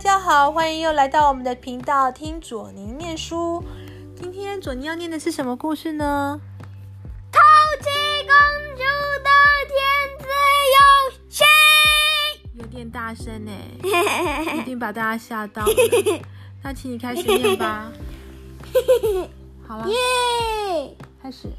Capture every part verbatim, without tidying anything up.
家好，欢迎又来到我们的频道听左宁念书。今天左宁要念的是什么故事呢？ 偷气公主的天资游戏， 有点大声耶，一定把大家吓到了。那请你开始念吧。好了， 耶！ 开始。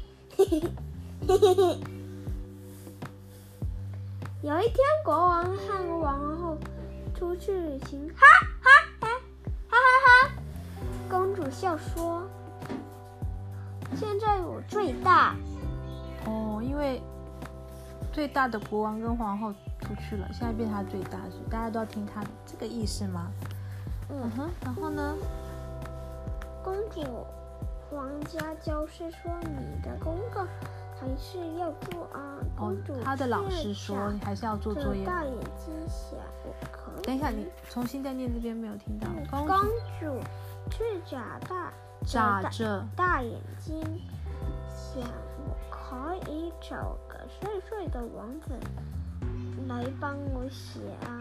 有一天，国王和王后出去旅行，哈哈哈哈哈哈！公主笑说：“现在我最大。” 哦，因为最大的国王跟皇后出去了，现在变他最大，所以大家都要听他的，这个意思吗？嗯哼，然后呢？ 公主，皇家教师说你的功课还是要做啊。公主， 哦，他的老师说你还是要做作业。 大眼睛想我可以。 等一下，你重新再念，这边没有听到。 公主却眨大眨着大眼睛想，我可以找个帅帅的王子来帮我写啊。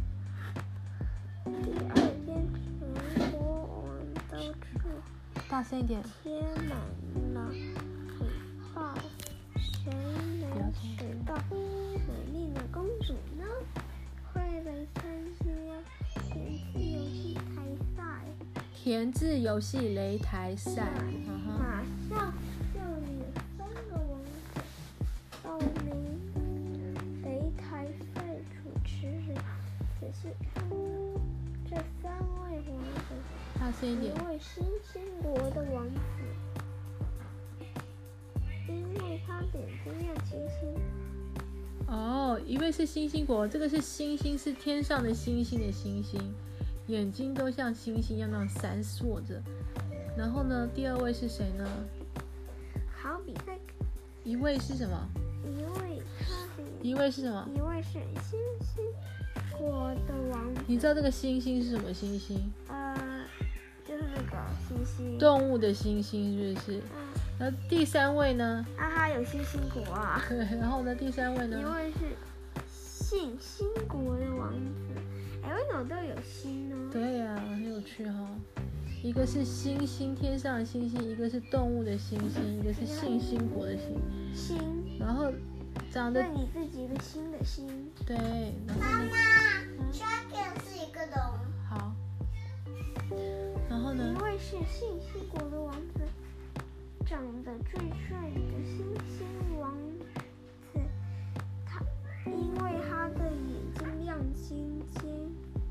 第二天，全国王都处大声一点， 贴满了海报，谁能娶到美丽的公主呢？快来参加填字游戏台赛！ 填字游戏擂台赛， 马上就有三个王子报名擂台赛主持人。仔细看看这三位王子， 大声一点。 一位星星国的王子，因为他眼睛像星星。 哦，一位是星星国，这个是星星，是天上的星星的星星，眼睛都像星星一样那种闪烁着。然后呢，第二位是谁呢？ 好，比赛。 一位是什么？ 一位他的一位是什么？ 一位是星星国的王子。 你知道这个星星是什么星星？ 呃，就是那个星星。 动物的星星是不是？ 嗯。 然后第三位呢？ 啊哈，有星星国啊。 对，然后呢？第三位呢？ 一位是信星国的王子。哎，为什么都有星呢？ 对呀、啊，很有趣哈、哦。一个是星星，天上的星星；一个是动物的星星；一个是信星国的星。 星。 然后长得。 对你自己的心的心。 对。然后妈妈 ，Dragon 是一个龙。 好。然后呢？ 一位是信星国的王子。长得最帅的星星王子，他因为他的眼睛亮晶晶。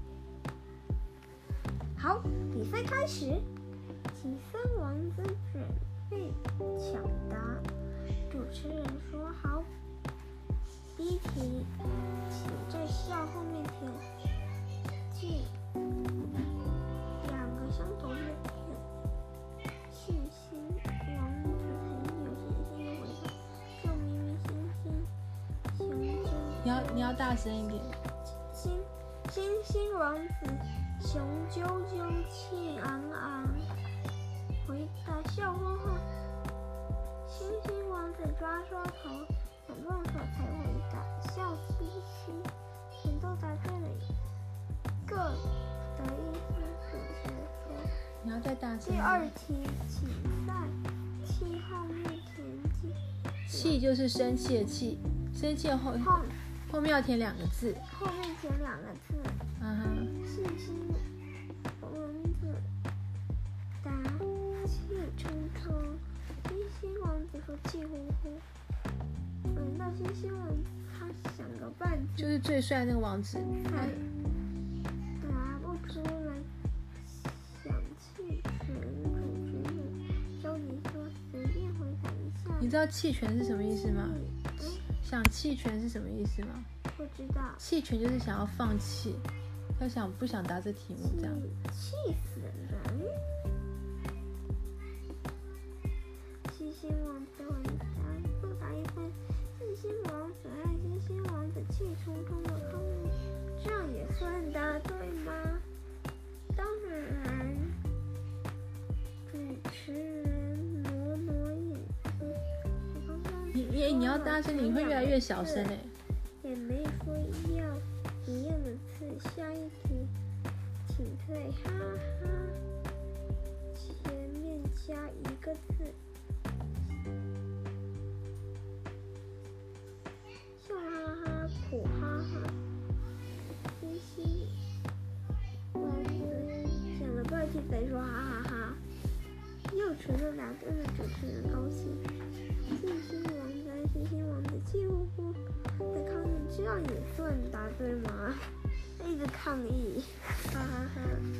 好，比赛开始，请三王子准备抢答。主持人说好。第一题，请在笑后面填进两个相同的点。信心。王子很有信心的回答：“就明明星星雄赳。” 你要你要大声一点。 星星星王子雄赳赳气昂昂回答笑呵呵。星星王子抓抓头，很乱手才回答笑嘻嘻。全都答对了，各得一分。主持人说：“ 你要再大声。” 第二题，请在气后面填进。 气就是生气的气，生气的后后后面要填两个字。 后面填两个字。 嗯哼。 信心王子答气冲冲，星星王子说气呼呼。轮到星星王子，他想个半天， 就是最帅的那个王子。 还答不出来。想弃权，主持人着急说：“随便回答一下。” 你知道弃权是什么意思吗？嗯、想弃权是什么意思吗？ 不知道。 弃权就是想要放弃，要想不想答这题目这样。 气死人！星星王子回答，各答一分。星星王子和星星王子气冲冲的看我，这样也算答对吗？当然。主持人挪挪眼睛。 你你你要大声，你会越来越小声哎。 也没说要一样的字。下一题， 请在哈哈前面加一个字。笑哈哈，苦哈哈，嘻嘻。王子讲了半天才说哈哈哈，又成了答对了，主持人高兴。星星王子，星星王子气呼呼的抗议，这样也算答对吗？一直抗议，哈哈哈。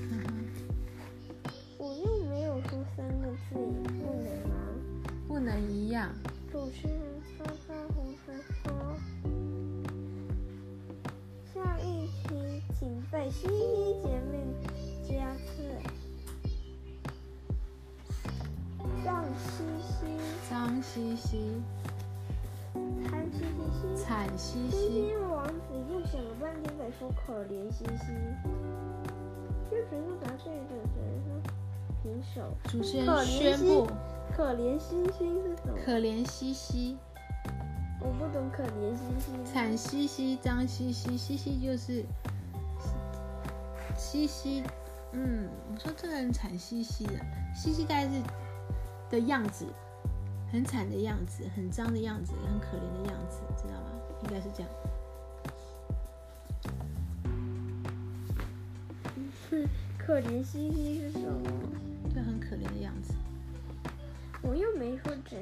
我又没有说三个字，也不能吗？ 不能一样。 主持人发发胡子说：“下一题，请在嘻嘻前面加字。脏兮兮， 脏兮兮， 惨兮兮， 惨兮星兮。 星王子又想了半天才说可怜兮兮，就全部答对的，只能说平手。 主持人宣布， 可怜兮兮是什么？ 可怜兮兮， 我不懂可怜兮兮。 惨兮兮，脏兮兮，兮兮就是兮兮。嗯，我说这个人惨兮兮的，兮兮大概是的样子，很惨的样子，很脏的样子，很可怜的样子，知道吗？应该是这样。 可怜兮兮是什么？ 就很可怜的样子。 我又没说真。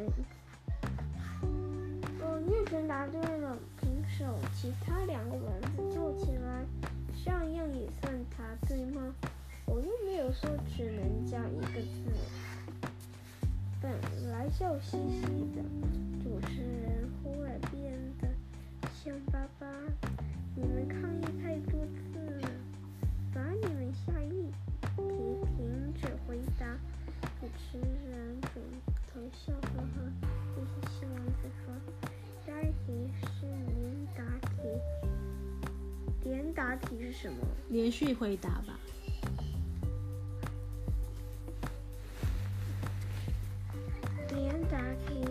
哦，叶晨答对了，平手。其他两个文字做起来，像样也算答对吗？我又没有说只能加一个字。本来笑嘻嘻的，主持人忽然变得凶巴巴。你们抗议太多次了，把你们下一题停止回答。主持人转头笑呵呵，对嘻嘻王子说：“下一题是连答题。连答题是什么？ 连续回答吧。 连答题，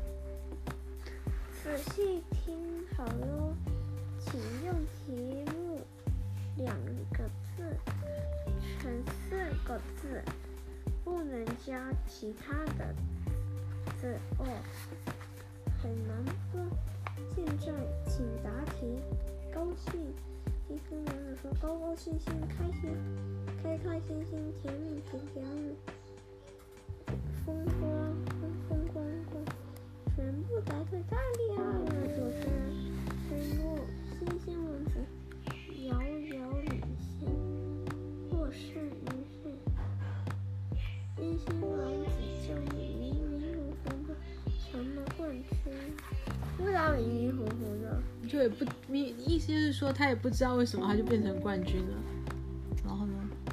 仔细听好喽，请用题目两个字乘四个字，不能加其他的字哦，很难不？现在请答题，高兴。医生王子说：高高兴兴，开心，开开心心，甜蜜甜甜蜜，风光风风光光，全部答对，太厉害了！主持人宣布，星星王子遥遥领先，获胜于是，星星王子就迷迷糊糊的成了冠军。为啥迷迷糊糊的？ 就也不，意思就是说他也不知道为什么他就变成冠军了。然后呢？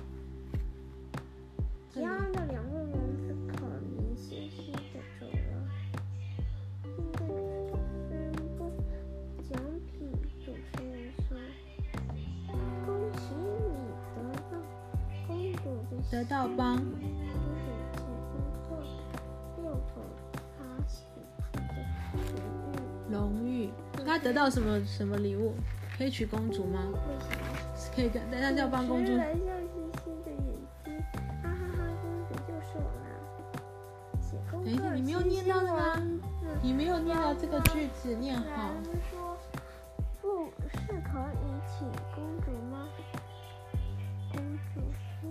其他的两位王子可怜兮兮的走了。现在宣布奖品，主持人说：“恭喜你得到公主的得到帮公主结婚后六个她喜欢的礼物。” 荣誉，他得到什么什么礼物？可以娶公主吗？ 为什么？ 可以跟，但是要帮公主。 主持人笑嘻嘻的眼睛，哈哈哈！公主就是我啦。写功课， 哎，你没有念到吗？你没有念到这个句子，念好。 人说不是可以请公主吗？公主说：“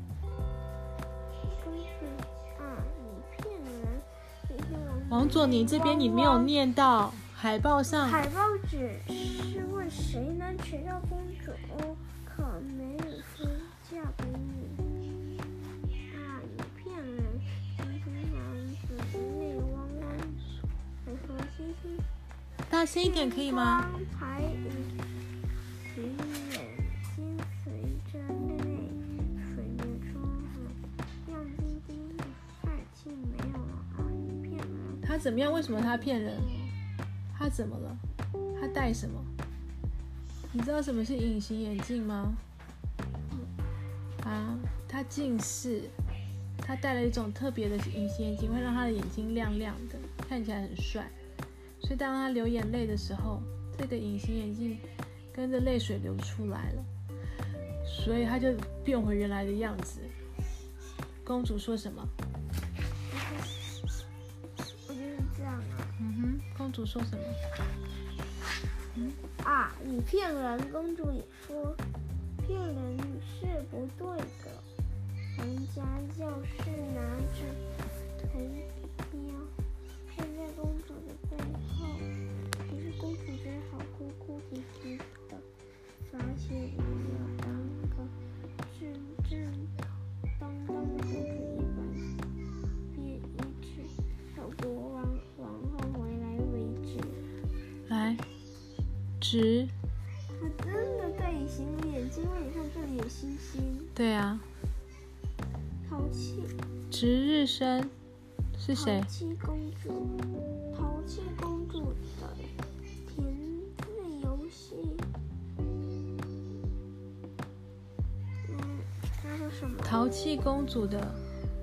公主啊，你骗人！” 王佐，你这边你没有念到海报上。 海报只是问谁能娶到公主，可没有说嫁给你。啊，你骗人！星星王子泪汪汪，还说星星。 大声一点可以吗？ 还其眼睛随着泪水流出，亮晶晶的帅气没有了啊！你骗人！ 他怎么样？为什么他骗人？他怎么了？他戴什么？你知道什么是隐形眼镜吗？啊，他近视，他戴了一种特别的隐形眼镜，会让他的眼睛亮亮的，看起来很帅。所以当他流眼泪的时候，这个隐形眼镜跟着泪水流出来了。 所以她就变回原来的样子。公主说什么？ 我就是这样啊。 嗯哼，公主说什么？嗯啊，你骗人！公主也说，骗人是不对的。人家就是拿着藤条站在公主的背后，可是公主只好哭哭啼啼的，发现也要当个正正当当的公主一般，别一直到国王皇后回来为止。 来，直。 她真的戴隐形眼镜，因为你看这里有星星。 对啊。 淘气。 值日生是谁？ 淘气公主。淘气公主的填字游戏。嗯，那是什么？ 淘气公主的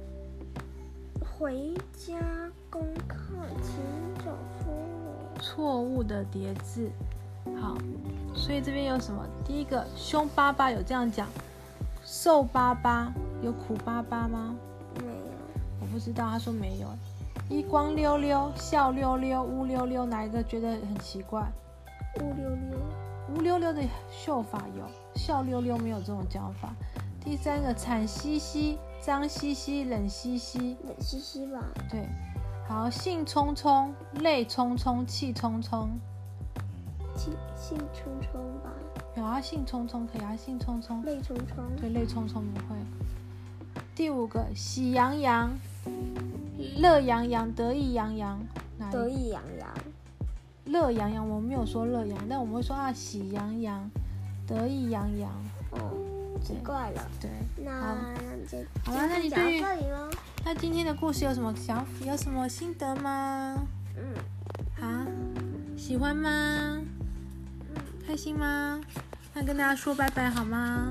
回家功课，请找出我错误的叠字。好，所以这边有什么？第一个，凶巴巴有这样讲，瘦巴巴有苦巴巴吗？ 没有。 我不知道，他说没有。一光溜溜、笑溜溜、乌溜溜，哪一个觉得很奇怪？ 乌溜溜。 乌溜溜的秀法有，笑溜溜没有这种讲法。第三个，惨兮兮、脏兮兮、冷兮兮。 冷兮兮吧。 对。好，兴冲冲、泪冲冲、气冲冲。 气兴冲冲吧。 有啊，兴冲冲可以啊，兴冲冲。 泪冲冲。 对，泪冲冲不会。第五个，喜洋洋、乐洋洋、得意洋洋。 得意洋洋。 乐洋洋，我们没有说乐洋，但我们会说啊，喜洋洋、得意洋洋。 哦，奇怪了。 对。 那就好了，那你对于这里咯。 那今天的故事有什么想有什么心得吗？ 嗯。 啊，喜欢吗？ 嗯。 开心吗？那跟大家说拜拜好吗？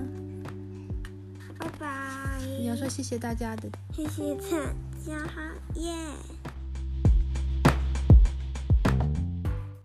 拜拜。 你要说谢谢大家的。 谢谢大家，耶。